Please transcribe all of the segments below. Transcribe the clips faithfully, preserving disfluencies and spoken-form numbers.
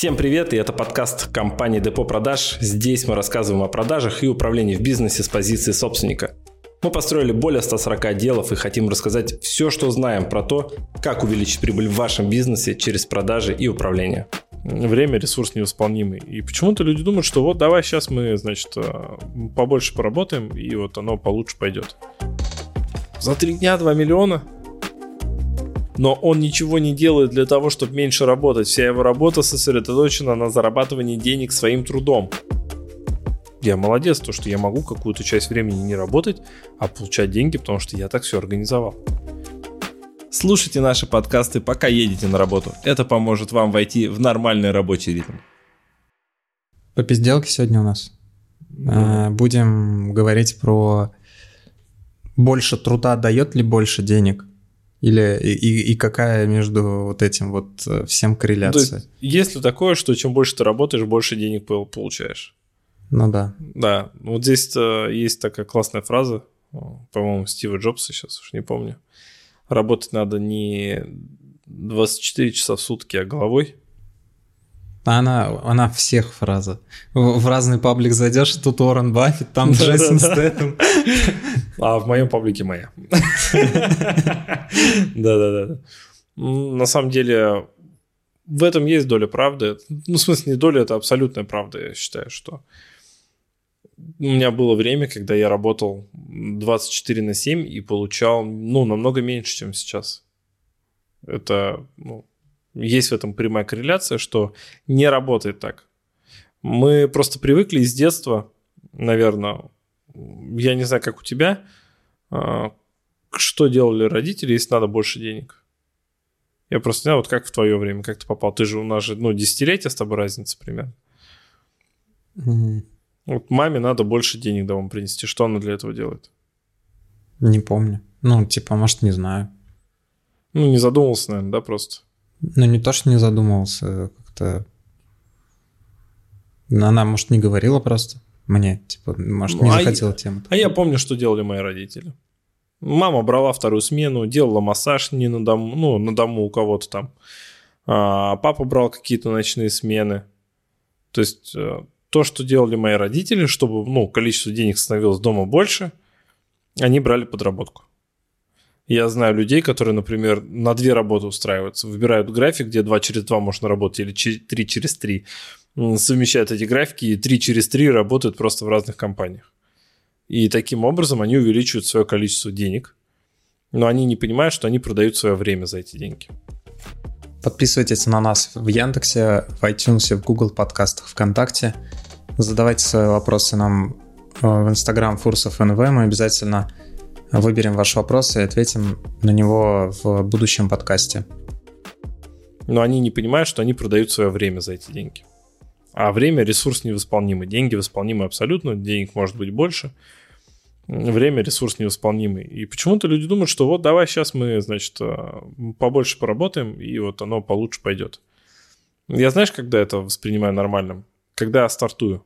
Всем привет, и это подкаст компании Депо Продаж. Здесь мы рассказываем о продажах и управлении в бизнесе с позиции собственника. Мы построили более ста сорока отделов и хотим рассказать все, что знаем про то, как увеличить прибыль в вашем бизнесе через продажи и управление. Время – ресурс невосполнимый. И почему-то люди думают, что вот давай сейчас мы, значит, побольше поработаем, и вот оно получше пойдет. За три дня два миллиона? Но он ничего не делает для того, чтобы меньше работать. Вся его работа сосредоточена на зарабатывании денег своим трудом. Я молодец, то, что я могу какую-то часть времени не работать, а получать деньги, потому что я так все организовал. Слушайте наши подкасты, пока едете на работу. Это поможет вам войти в нормальный рабочий ритм. По пизделке сегодня у нас. Да. Будем говорить про больше труда дает ли больше денег? Или и, и какая между вот этим вот всем корреляция? То есть, есть ли такое, что чем больше ты работаешь, больше денег получаешь? Ну да. Да, вот здесь есть такая классная фраза, по-моему, Стива Джобса, сейчас уж не помню. Работать надо не двадцать четыре часа в сутки, а головой. Она, она всех фраза. В, в разный паблик зайдешь, тут Уоррен Баффет, там Джейсон Стэттем. А в моем паблике моя. Да-да-да. На самом деле, в этом есть доля правды. Ну, в смысле, не доля, это абсолютная правда, я считаю, что... У меня было время, когда я работал двадцать четыре на семь и получал, ну, намного меньше, чем сейчас. Это, ну... Есть в этом прямая корреляция, что не работает так. Мы просто привыкли с детства, наверное, я не знаю, как у тебя, что делали родители, если надо больше денег. Я просто не знаю, вот как в твое время, как ты попал. Ты же, у нас же, ну, десятилетия с тобой разница примерно. Mm-hmm. Вот маме надо больше денег домой принести. Что она для этого делает? Не помню. Ну, типа, может, не знаю. Ну, не задумывался, наверное, да, просто? Ну, не то, что не задумывался, как-то... Она, может, не говорила просто мне, типа, может, не ну, захотела а тему. А я помню, что делали мои родители. Мама брала вторую смену, делала массаж не на дому, ну, на дому у кого-то там. А папа брал какие-то ночные смены. То есть то, что делали мои родители, чтобы, ну, количество денег становилось дома больше, они брали подработку. Я знаю людей, которые, например, на две работы устраиваются, выбирают график, где два через два можно работать, или три через три, совмещают эти графики, и три через три работают просто в разных компаниях. И таким образом они увеличивают свое количество денег, но они не понимают, что они продают свое время за эти деньги. Подписывайтесь на нас в Яндексе, в iTunes, в Google подкастах, ВКонтакте. Задавайте свои вопросы нам в Instagram Фурсов эн вэ, мы обязательно... Выберем ваш вопрос и ответим на него в будущем подкасте. Но они не понимают, что они продают свое время за эти деньги. А время – ресурс невосполнимый. Деньги восполнимы абсолютно, денег может быть больше. Время – ресурс невосполнимый. И почему-то люди думают, что вот давай сейчас мы, значит, побольше поработаем, и вот оно получше пойдет. Я знаешь, когда это воспринимаю нормальным? Когда я стартую.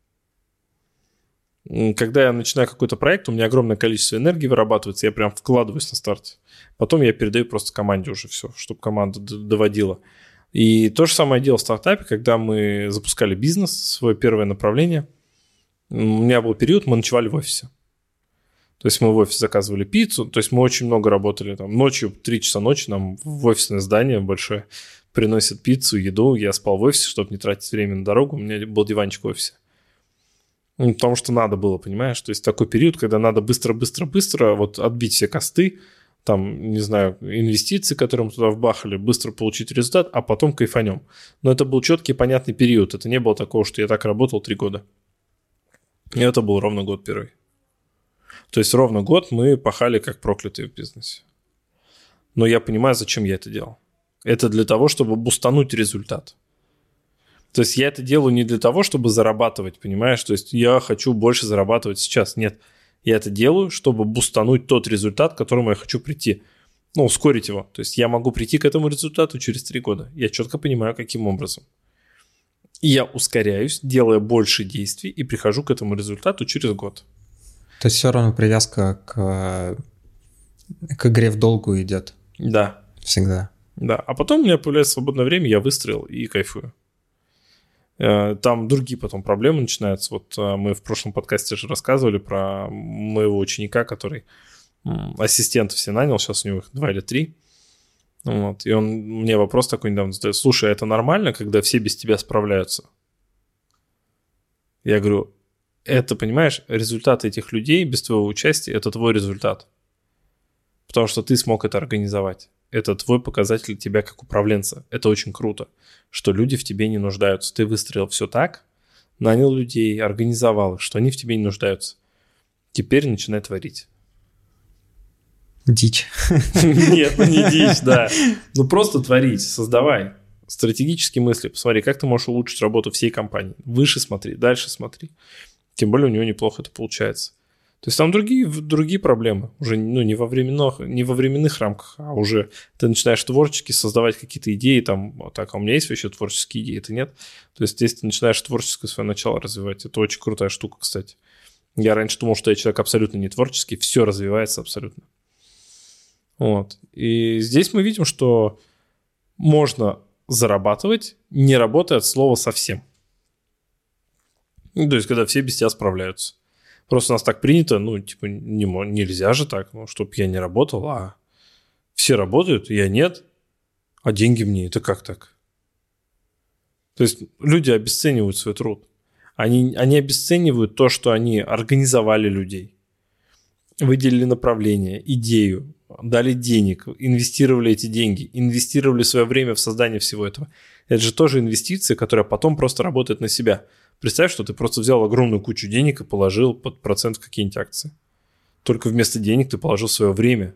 Когда я начинаю какой-то проект, у меня огромное количество энергии вырабатывается, я прям вкладываюсь на старте. Потом я передаю просто команде уже все, чтобы команда доводила. И то же самое дело в стартапе, когда мы запускали бизнес, свое первое направление. У меня был период, мы ночевали в офисе. То есть мы в офис заказывали пиццу, то есть мы очень много работали. Там, ночью, три часа ночи нам в офисное здание большое приносят пиццу, еду. Я спал в офисе, чтобы не тратить время на дорогу. У меня был диванчик в офисе. Потому что надо было, понимаешь? То есть такой период, когда надо быстро-быстро-быстро вот отбить все косты, там, не знаю, инвестиции, которые мы туда вбахали, быстро получить результат, а потом кайфанем. Но это был четкий, понятный период. Это не было такого, что я так работал три года. И это был ровно год первый. То есть ровно год мы пахали как проклятые в бизнесе. Но я понимаю, зачем я это делал. Это для того, чтобы бустануть результат. То есть я это делаю не для того, чтобы зарабатывать, понимаешь? То есть я хочу больше зарабатывать сейчас. Нет, я это делаю, чтобы бустануть тот результат, к которому я хочу прийти. Ну, ускорить его. То есть я могу прийти к этому результату через три года. Я четко понимаю, каким образом. И я ускоряюсь, делая больше действий, и прихожу к этому результату через год. То есть все равно привязка к, к игре в долгую идет. Да. Всегда. Да. А потом у меня появляется свободное время, я выстрелил и кайфую. Там другие потом проблемы начинаются. Вот мы в прошлом подкасте же рассказывали про моего ученика, который ассистентов все нанял, сейчас у него их два или три. Вот. И он мне вопрос такой недавно задает: слушай, а это нормально, когда все без тебя справляются? Я говорю, это, понимаешь, результат этих людей без твоего участия, это твой результат. Потому что ты смог это организовать. Это твой показатель тебя как управленца. Это очень круто, что люди в тебе не нуждаются. Ты выстроил все так, нанял людей, организовал их, что они в тебе не нуждаются. Теперь начинай творить. Дичь. Нет, ну не дичь, да. Ну просто творить, создавай. Стратегические мысли. Посмотри, как ты можешь улучшить работу всей компании. Выше смотри, дальше смотри. Тем более у него неплохо это получается. То есть там другие, другие проблемы. Уже ну, не, во временных, не во временных рамках, а уже ты начинаешь творчески создавать какие-то идеи. Там, вот так, а у меня есть вообще творческие идеи, это нет. То есть здесь ты начинаешь творческое свое начало развивать. Это очень крутая штука, кстати. Я раньше думал, что я человек абсолютно не творческий. Все развивается абсолютно. Вот. И здесь мы видим, что можно зарабатывать, не работая от слова совсем. Ну, то есть, когда все без тебя справляются. Просто у нас так принято, ну, типа, не, нельзя же так, ну, чтобы я не работал, а все работают, я нет, а деньги мне, это как так? То есть, люди обесценивают свой труд. Они, они обесценивают то, что они организовали людей, выделили направление, идею, дали денег, инвестировали эти деньги, инвестировали свое время в создание всего этого. Это же тоже инвестиция, которая потом просто работает на себя. Представь, что ты просто взял огромную кучу денег и положил под процент в какие-нибудь акции. Только вместо денег ты положил свое время.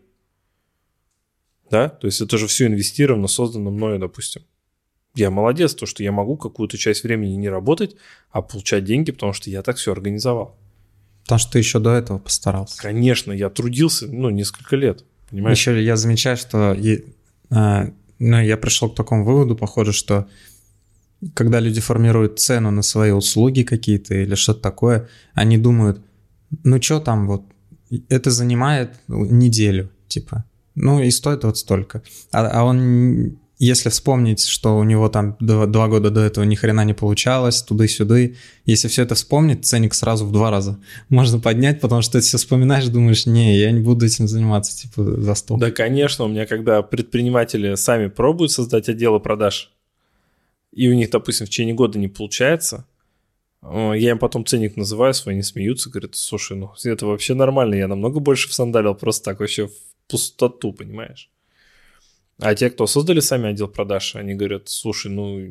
Да? То есть это же все инвестировано, создано мною, допустим. Я молодец, то, что я могу какую-то часть времени не работать, а получать деньги, потому что я так все организовал. Потому что ты еще до этого постарался. Конечно, я трудился, ну, несколько лет. Понимаешь? Еще я замечаю, что я, ну, я пришел к такому выводу, похоже, что когда люди формируют цену на свои услуги какие-то или что-то такое, они думают, ну что там вот, это занимает неделю, типа, ну и стоит вот столько. А, а он, если вспомнить, что у него там два, два года до этого ни хрена не получалось, туда-сюда, если все это вспомнить, ценник сразу в два раза можно поднять, потому что ты все вспоминаешь, думаешь, не, я не буду этим заниматься, типа, за сто. Да, конечно, у меня когда предприниматели сами пробуют создать отделы продаж, и у них, допустим, в течение года не получается, я им потом ценник называю свой, они смеются, говорят, слушай, ну это вообще нормально, я намного больше всандалил просто так вообще в пустоту, понимаешь? А те, кто создали сами отдел продаж, они говорят, слушай, ну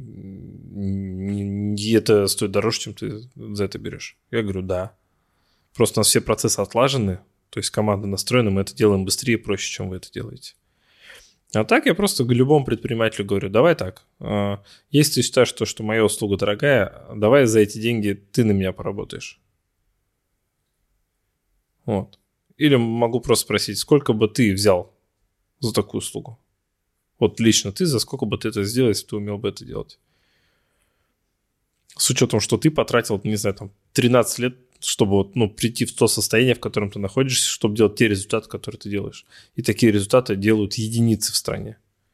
это стоит дороже, чем ты за это берешь. Я говорю, да. Просто у нас все процессы отлажены, то есть команда настроена, мы это делаем быстрее и проще, чем вы это делаете. А так я просто любому предпринимателю говорю, давай так, если ты считаешь, что, что моя услуга дорогая, давай за эти деньги ты на меня поработаешь. Вот. Или могу просто спросить, сколько бы ты взял за такую услугу? Вот лично ты, за сколько бы ты это сделал, если ты умел бы это делать? С учетом, что ты потратил, не знаю, там тринадцать лет, чтобы вот, ну, прийти в то состояние, в котором ты находишься, чтобы делать те результаты, которые ты делаешь. И такие результаты делают единицы в стране.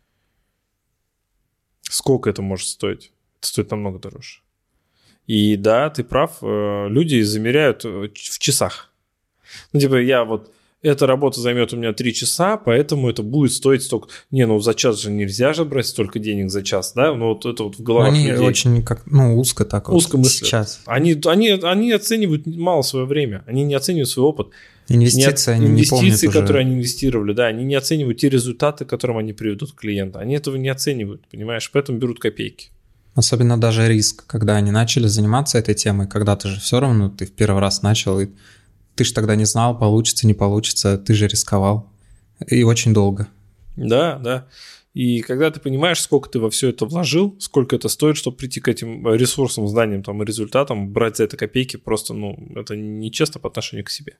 Сколько это может стоить? Это стоит намного дороже. И да, ты прав, люди замеряют в часах. Ну, типа, я вот... Эта работа займет у меня три часа, поэтому это будет стоить столько... Не, ну за час же нельзя же брать столько денег за час, да? Ну вот это вот в головах они людей. Очень как, ну, узко так вот. Узко мыслят. Сейчас. Они, они, они оценивают мало свое время, они не оценивают свой опыт. Инвестиции не, они не помнят Инвестиции, уже. которые они инвестировали, да, они не оценивают те результаты, к которым они приведут клиента. Они этого не оценивают, понимаешь? Поэтому берут копейки. Особенно даже риск, когда они начали заниматься этой темой, когда ты же все равно, ты в первый раз начал, и ты же тогда не знал, получится, не получится, ты же рисковал. И очень долго. Да, да. И когда ты понимаешь, сколько ты во все это вложил, сколько это стоит, чтобы прийти к этим ресурсам, знаниям там, и результатам, брать за это копейки, просто, ну, это нечестно по отношению к себе.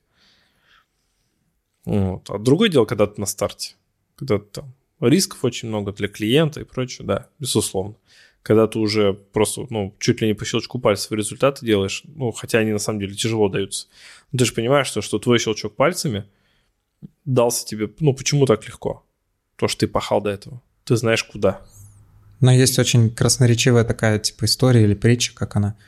Вот. А другое дело, когда ты на старте, когда ты, там рисков очень много для клиента и прочее, да, безусловно. Когда ты уже просто, ну, чуть ли не по щелчку пальцев результаты делаешь, ну, хотя они на самом деле тяжело даются. Но ты же понимаешь, что, что твой щелчок пальцами дался тебе, ну, почему так легко? Потому что ты пахал до этого. Ты знаешь, куда. Но есть очень красноречивая такая типа история или притча, как она.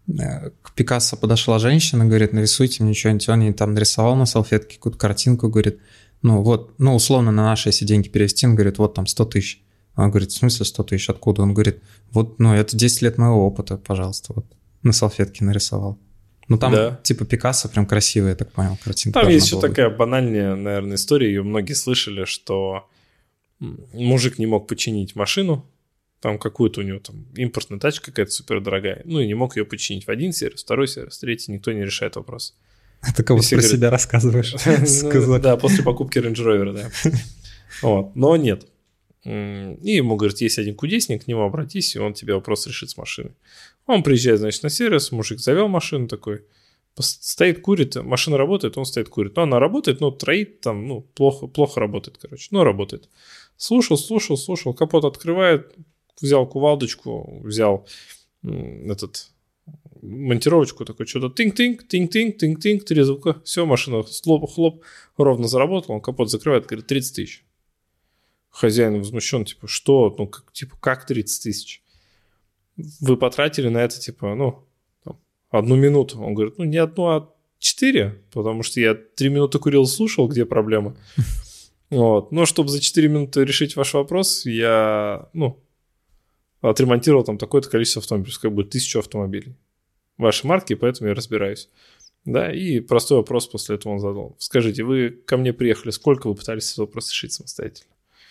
К Пикассо подошла женщина, говорит, нарисуйте мне что-нибудь. Он ей там нарисовал на салфетке какую-то картинку, говорит, ну вот, ну условно на наши, если деньги перевести, он говорит, вот там сто тысяч. Он говорит, в смысле сто тысяч, откуда? Он говорит, вот, ну это десять лет моего опыта, пожалуйста, вот на салфетке нарисовал. Ну там да. Типа Пикассо прям красивая, я так понял, картинка. Там есть еще такая банальная, наверное, история, ее многие слышали, что мужик не мог починить машину, там какую-то у него там импортная тачка какая-то супердорогая, ну и не мог ее починить в один сервис, второй сервис, третий, никто не решает вопрос. Это кого про себя рассказываешь. Да, после покупки Range Rover, да. Вот, но нет. И ему говорит, есть один кудесник, к нему обратись, и он тебе вопрос решит с машиной. Он приезжает, значит, на сервис, мужик завел машину такой, стоит, курит, машина работает, он стоит, курит. Но она работает, но троит там, ну, плохо, плохо работает, короче, но работает. Слушал, слушал, слушал, капот открывает, взял кувалдочку, взял этот монтировочку, такой что-то тынк-тынк, тынк-тынк, тынк-тынк, три звука, все, машина хлоп-хлоп, ровно заработала, он капот закрывает, говорит, тридцать тысяч. Хозяин возмущен, типа, что, ну, как, типа, как тридцать тысяч? Вы потратили на это, типа, ну, там, одну минуту. Он говорит, ну, не одну, а четыре, потому что я три минуты курил, слушал, где проблема. Вот. Но чтобы за четыре минуты решить ваш вопрос, я, ну, отремонтировал там такое-то количество автомобилей, как бы тысячу автомобилей. Ваши марки, поэтому я разбираюсь. Да, и простой вопрос после этого он задал. Скажите, вы ко мне приехали, сколько вы пытались этот вопрос решить самостоятельно?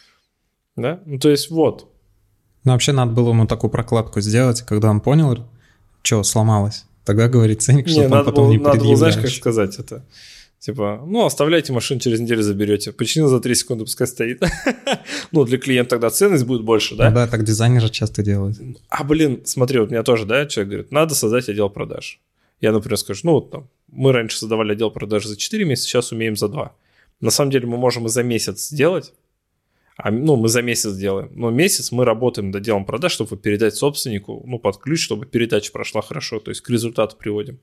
Да, ну то есть вот. Ну вообще надо было ему такую прокладку сделать, когда он понял, что сломалось. Тогда говорит ценник, чтобы он потом было, не надо предъявляешь. было, знаешь, как сказать это? Типа, ну, оставляйте машину, через неделю заберете. Починил за три секунды, пускай стоит. Ну, для клиента тогда ценность будет больше, да? Ну да, так дизайнеры часто делают. А, блин, смотри, вот у меня тоже, да, человек говорит, надо создать отдел продаж. Я, например, скажу, ну, вот там, мы раньше создавали отдел продаж за четыре месяца, сейчас умеем за два. На самом деле мы можем и за месяц сделать. А, ну, мы за месяц делаем. Но месяц мы работаем над отделом продаж, чтобы передать собственнику, ну, под ключ, чтобы передача прошла хорошо, то есть к результату приводим.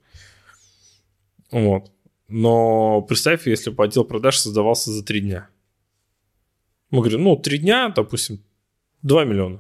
Вот. Но представь, если бы отдел продаж создавался за три дня. Мы говорим, ну, три дня, допустим, два миллиона.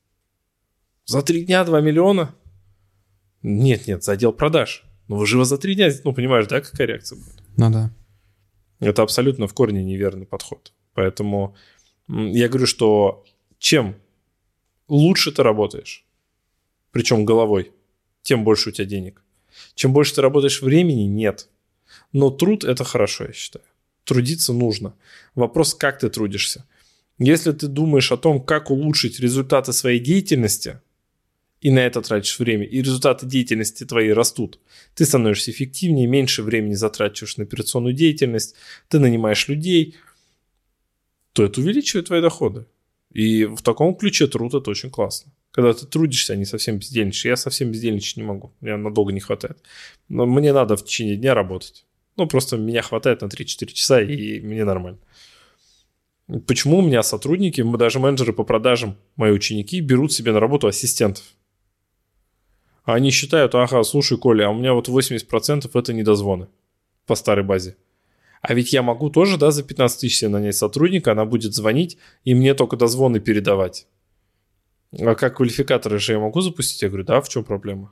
За три дня два миллиона? Нет, нет, за отдел продаж. Ну, вы живо за три дня, ну, понимаешь, да, какая реакция будет? Ну, да. Это абсолютно в корне неверный подход. Поэтому я говорю, что чем лучше ты работаешь, причем головой, тем больше у тебя денег. Чем больше ты работаешь времени, нет. Но труд – это хорошо, я считаю. Трудиться нужно. Вопрос, как ты трудишься. Если ты думаешь о том, как улучшить результаты своей деятельности, и на это тратишь время, и результаты деятельности твоей растут, ты становишься эффективнее, меньше времени затрачиваешь на операционную деятельность, ты нанимаешь людей, то это увеличивает твои доходы. И в таком ключе труд – это очень классно. Когда ты трудишься, а не совсем бездельничаешь. Я совсем бездельничать не могу, мне надолго не хватает. Но мне надо в течение дня работать. Ну, просто меня хватает на три-четыре часа, и мне нормально. Почему у меня сотрудники, мы даже менеджеры по продажам, мои ученики, берут себе на работу ассистентов? А они считают, ага, слушай, Коля, а у меня вот восемьдесят процентов это недозвоны по старой базе. А ведь я могу тоже, да, за пятнадцать тысяч себе нанять сотрудника, она будет звонить, и мне только дозвоны передавать. А как квалификаторы же я могу запустить? Я говорю, да, в чем проблема?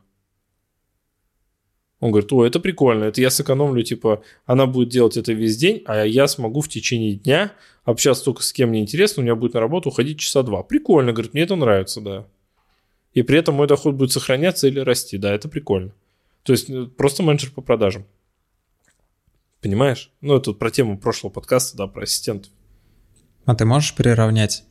Он говорит, о, это прикольно, это я сэкономлю, типа, она будет делать это весь день, а я смогу в течение дня общаться только с кем мне интересно, у меня будет на работу уходить часа два. Прикольно, говорит, мне это нравится, да. И при этом мой доход будет сохраняться или расти, да, это прикольно. То есть просто менеджер по продажам. Понимаешь? Ну, это про тему прошлого подкаста, да, про ассистентов. А ты можешь приравнять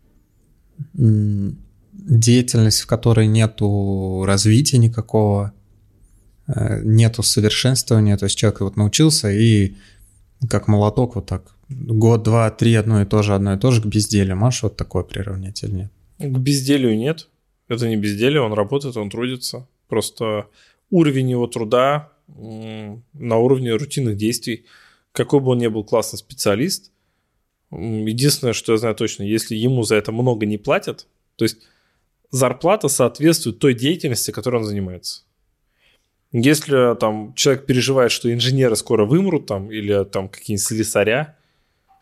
деятельность, в которой нету развития никакого, нету совершенствования, то есть человек вот научился и как молоток вот так год, два, три, одно и то же, одно и то же к безделью. Можешь вот такое приравнять или нет? К безделью нет. Это не безделье, он работает, он трудится. Просто уровень его труда на уровне рутинных действий. Какой бы он ни был классный специалист, единственное, что я знаю точно, если ему за это много не платят, то есть зарплата соответствует той деятельности, которой он занимается. Если там человек переживает, что инженеры скоро вымрут, там, или там какие-нибудь слесаря,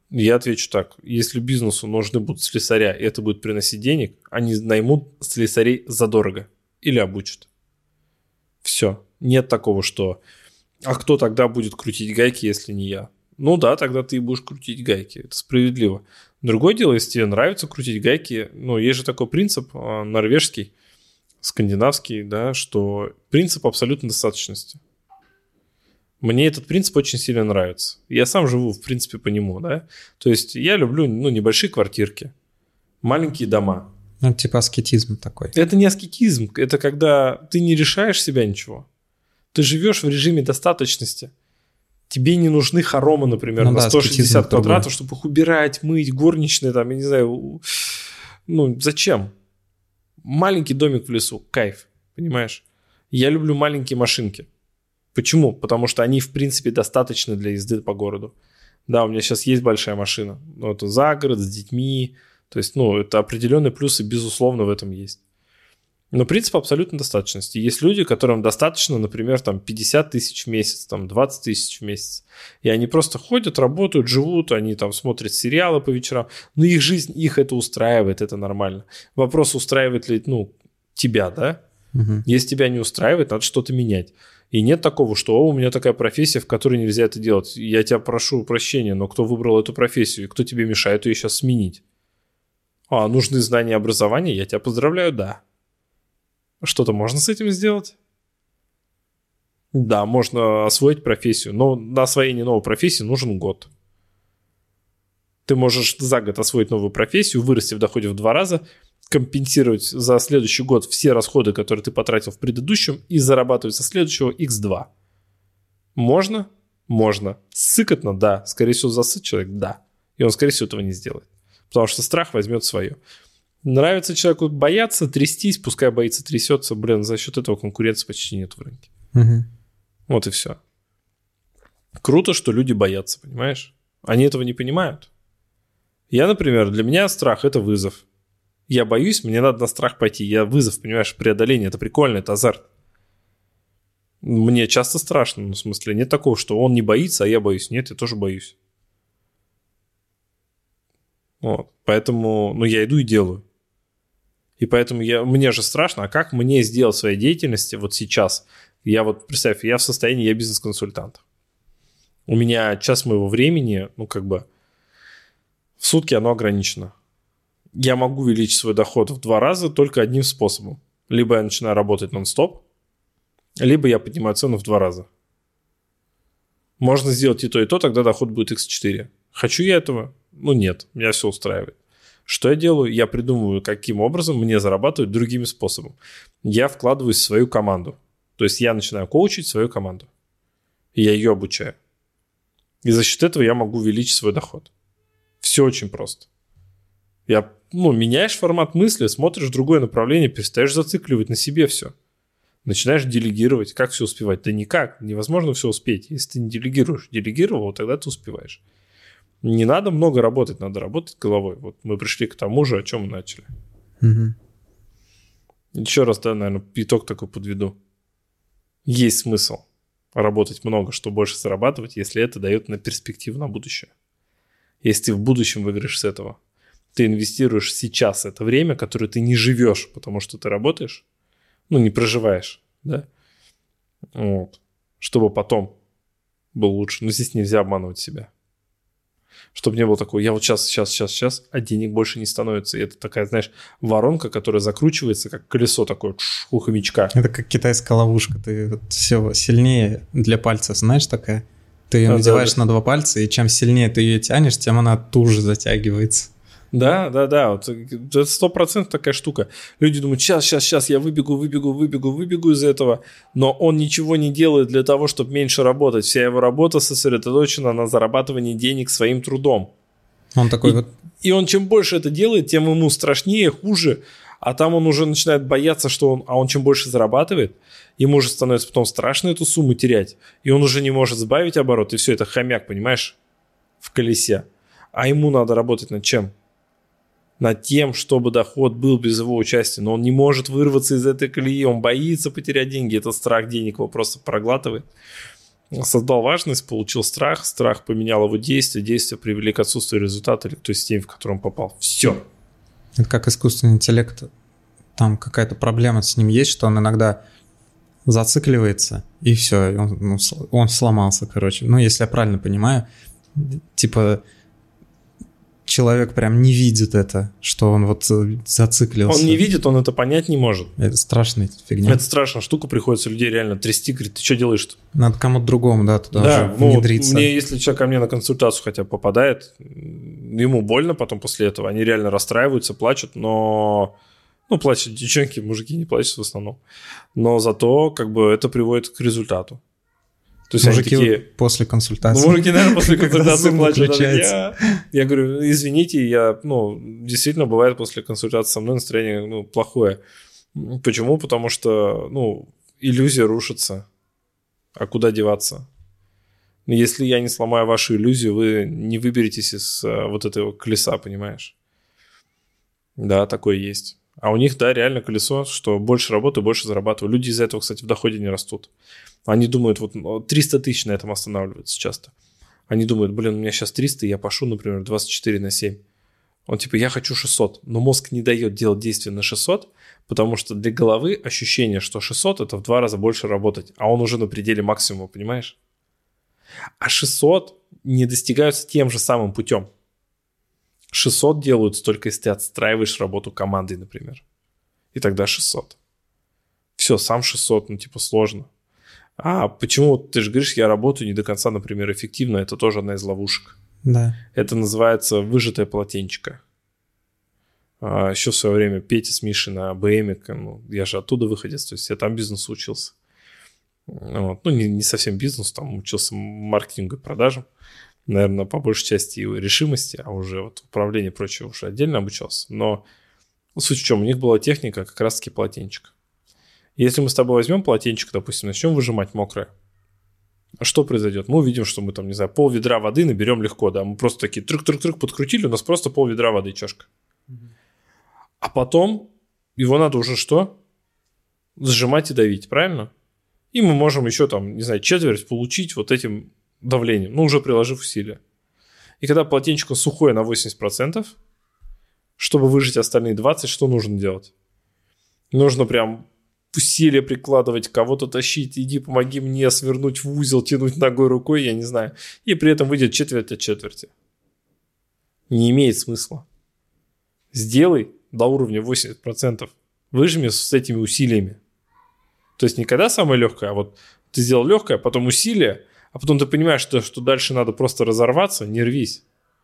Я отвечу так. Если бизнесу нужны будут слесаря, и это будет приносить денег, они наймут слесарей задорого или обучат. Все. Нет такого, что а кто тогда будет крутить гайки, если не я? Ну да, тогда ты и будешь крутить гайки. Это справедливо. Другое дело, если тебе нравится крутить гайки, ну, есть же такой принцип норвежский, скандинавский, да, что принцип абсолютной достаточности. Мне этот принцип очень сильно нравится. Я сам живу, в принципе, по нему, да. То есть я люблю, ну, небольшие квартирки, маленькие дома. Ну, типа аскетизм такой. Это не аскетизм, это когда ты не решаешь себя ничего. Ты живешь в режиме достаточности. Тебе не нужны хоромы, например, ну, на да, сто шестьдесят квадратов, чтобы их убирать, мыть, горничные, там, я не знаю. Ну, зачем? Маленький домик в лесу, кайф, понимаешь? Я люблю маленькие машинки. Почему? Потому что они, в принципе, достаточны для езды по городу. Да, у меня сейчас есть большая машина, но это за город, с детьми. То есть, ну, это определенные плюсы, безусловно, в этом есть. Но принцип абсолютной достаточности. Есть люди, которым достаточно, например, там пятьдесят тысяч в месяц, там двадцать тысяч в месяц. И они просто ходят, работают, живут, они там смотрят сериалы по вечерам. Но их жизнь, их это устраивает, это нормально. Вопрос, устраивает ли, ну, тебя, да? Угу. Если тебя не устраивает, надо что-то менять. И нет такого, что о, у меня такая профессия, в которой нельзя это делать. Я тебя прошу прощения, но кто выбрал эту профессию и кто тебе мешает ее сейчас сменить? А, нужны знания и образование? Я тебя поздравляю, да. Что-то можно с этим сделать? Да, можно освоить профессию, но на освоение новой профессии нужен год. Ты можешь за год освоить новую профессию, вырасти в доходе в два раза, компенсировать за следующий год все расходы, которые ты потратил в предыдущем, и зарабатывать со следующего икс два. Можно? Можно. Сыкотно? Да. Скорее всего, засыт человек? Да. И он, скорее всего, этого не сделает. Потому что страх возьмет свое. Нравится человеку бояться, трястись, пускай боится, трясется. Блин, за счет этого конкуренции почти нет в рынке. Угу. Вот и все. Круто, что люди боятся, понимаешь? Они этого не понимают. Я, например, для меня страх – это вызов. Я боюсь, мне надо на страх пойти. Я вызов, понимаешь, преодоление. Это прикольно, это азарт. Мне часто страшно, ну, в смысле, нет такого, что он не боится, а я боюсь. Нет, я тоже боюсь. Вот. Поэтому, ну, я иду и делаю. И поэтому я, мне же страшно, а как мне сделать в своей деятельности вот сейчас? Я вот, представь, я в состоянии, я бизнес-консультант. У меня час моего времени, ну, как бы, в сутки оно ограничено. Я могу увеличить свой доход в два раза только одним способом. Либо я начинаю работать нон-стоп, либо я поднимаю цену в два раза. Можно сделать и то, и то, тогда доход будет икс четыре. Хочу я этого? Ну, нет, меня все устраивает. Что я делаю? Я придумываю, каким образом мне зарабатывать другими способами. Я вкладываюсь в свою команду. То есть я начинаю коучить свою команду. И я ее обучаю. И за счет этого я могу увеличить свой доход. Все очень просто. Я, ну, меняешь формат мысли, смотришь в другое направление, перестаешь зацикливать на себе все. Начинаешь делегировать. Как все успевать? Да никак. Невозможно все успеть. Если ты не делегируешь, делегировал, тогда ты успеваешь. Не надо много работать, надо работать головой. Вот мы пришли к тому же, о чем мы начали. Угу. Еще раз, да, наверное, итог такой подведу. Есть смысл работать много, чтобы больше зарабатывать, если это дает на перспективу на будущее. Если ты в будущем выиграешь с этого, ты инвестируешь сейчас это время, которое ты не живешь, потому что ты работаешь, ну, не проживаешь, да, вот, чтобы потом был лучше. Но здесь нельзя обманывать себя. Чтобы не было такого, я вот сейчас, сейчас, сейчас, сейчас, а денег больше не становится. И это такая, знаешь, воронка, которая закручивается, как колесо такое у хомячка. Это как китайская ловушка. Ты вот все сильнее для пальцев, знаешь, такая. Ты ее а, надеваешь да, да. на два пальца, и чем сильнее ты ее тянешь, тем она туже затягивается. Да, да, да, вот это сто процентов такая штука. Люди думают, сейчас, сейчас, сейчас я выбегу, выбегу, выбегу, выбегу из этого, но он ничего не делает для того, чтобы меньше работать. Вся его работа сосредоточена на зарабатывании денег своим трудом. Он такой и, вот... и он чем больше это делает, тем ему страшнее, хуже, а там он уже начинает бояться, что он... А он чем больше зарабатывает, ему уже становится потом страшно эту сумму терять, и он уже не может сбавить оборот, и все, это хомяк, понимаешь, в колесе. А ему надо работать над чем? Над тем, чтобы доход был без его участия. Но он не может вырваться из этой колеи, он боится потерять деньги. Этот страх денег его просто проглатывает. Создал важность, получил страх, страх поменял его действие, действие привели к отсутствию результата или к той системе, в которую он попал. Все. Это как искусственный интеллект. Там какая-то проблема с ним есть, что он иногда зацикливается, и все, он, ну, он сломался, короче. Ну, если я правильно понимаю, типа человек прям не видит это, что он вот зациклился. Он не видит, он это понять не может. Это страшная фигня. Это страшная штука, приходится людей реально трясти, говорит, ты что делаешь-то? Надо кому-то другому, да, туда да, уже внедриться. Ну, мне, если человек ко мне на консультацию хотя бы попадает, ему больно потом после этого, они реально расстраиваются, плачут, но... Ну, плачут девчонки, мужики не плачут в основном. Но зато как бы это приводит к результату. То есть мужики такие... после консультации. Ну, мужики, наверное, после консультации плачут. Я... я говорю, извините, я, ну, действительно бывает после консультации со мной настроение, ну, плохое. Почему? Потому что, ну, иллюзия рушится. А куда деваться? Если я не сломаю вашу иллюзию, вы не выберетесь из вот этого колеса, понимаешь? Да, такое есть. А у них, да, реально колесо, что больше работаю, больше зарабатываю. Люди из-за этого, кстати, в доходе не растут. Они думают, вот триста тысяч на этом останавливаются часто. Они думают, блин, у меня сейчас триста, и я пошу, например, двадцать четыре на семь. Он типа, я хочу шестьсот, но мозг не дает делать действия на шестьсот, потому что для головы ощущение, что шестьсот – это в два раза больше работать, а он уже на пределе максимума, понимаешь? А шестьсот не достигаются тем же самым путем. шестьсот делаются только если ты отстраиваешь работу командой, например. И тогда шестьсот. Все, сам шестьсот, ну типа сложно. А почему, ты же говоришь, я работаю не до конца, например, эффективно, это тоже одна из ловушек. Да. Это называется выжатое полотенчико. А еще в свое время Петя с Мишей на бэ эм, ну, я же оттуда выходец, то есть я там бизнесу учился. Вот. Ну, не, не совсем бизнес, там учился маркетингу и продажам. Наверное, по большей части и решимости, а уже вот управление и прочее уже отдельно обучался. Но суть в чем? У них была техника как раз-таки полотенчика. Если мы с тобой возьмем полотенчик, допустим, начнем выжимать мокрое, что произойдет? Мы увидим, что мы там, не знаю, пол ведра воды наберем легко, да, мы просто такие трюк-трюк-трюк подкрутили, у нас просто пол ведра воды, чашка. Mm-hmm. А потом его надо уже что? Сжимать и давить, правильно? И мы можем еще там, не знаю, четверть получить вот этим давлением, ну, уже приложив усилия. И когда полотенчико сухое на восемьдесят процентов, чтобы выжать остальные двадцать процентов, что нужно делать? Нужно прям усилия прикладывать, кого-то тащить, иди помоги мне свернуть в узел, тянуть ногой, рукой, я не знаю. И при этом выйдет четверть от четверти. Не имеет смысла. Сделай до уровня восемьдесят процентов. Выжми с этими усилиями. То есть не когда самое легкое, а вот ты сделал легкое, потом усилие, а потом ты понимаешь, что, что дальше надо просто разорваться, не рвись.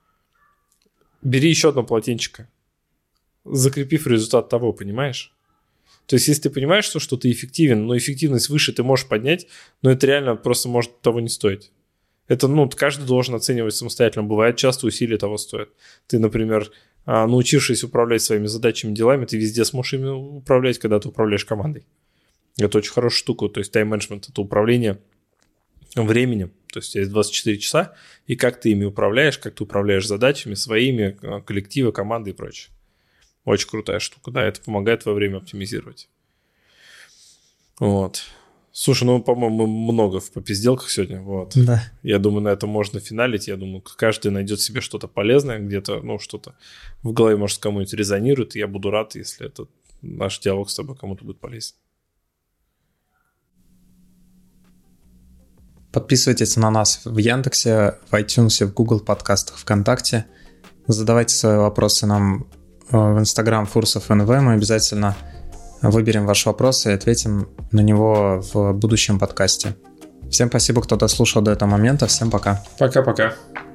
Бери еще одно полотенчико, закрепив результат того, понимаешь? То есть, если ты понимаешь, что, что ты эффективен, но эффективность выше ты можешь поднять, но это реально просто может того не стоить. Это, ну, каждый должен оценивать самостоятельно. Бывает, часто усилия того стоят. Ты, например, научившись управлять своими задачами, делами, ты везде сможешь ими управлять, когда ты управляешь командой. Это очень хорошая штука. То есть, тайм-менеджмент – это управление временем. То есть, у тебя есть двадцать четыре часа, и как ты ими управляешь, как ты управляешь задачами своими, коллектива, команды и прочее. Очень крутая штука, да, это помогает во время оптимизировать. Вот. Слушай, ну, по-моему, мы много в попизделках сегодня, вот. Да. Я думаю, на этом можно финалить, я думаю, каждый найдет себе что-то полезное, где-то, ну, что-то в голове, может, кому-нибудь резонирует, и я буду рад, если этот наш диалог с тобой кому-то будет полезен. Подписывайтесь на нас в Яндексе, в iTunes, в Google подкастах, ВКонтакте. Задавайте свои вопросы нам в Инстаграм Фурсов эн вэ. Мы обязательно выберем ваш вопрос и ответим на него в будущем подкасте. Всем спасибо, кто дослушал до этого момента. Всем пока. Пока-пока.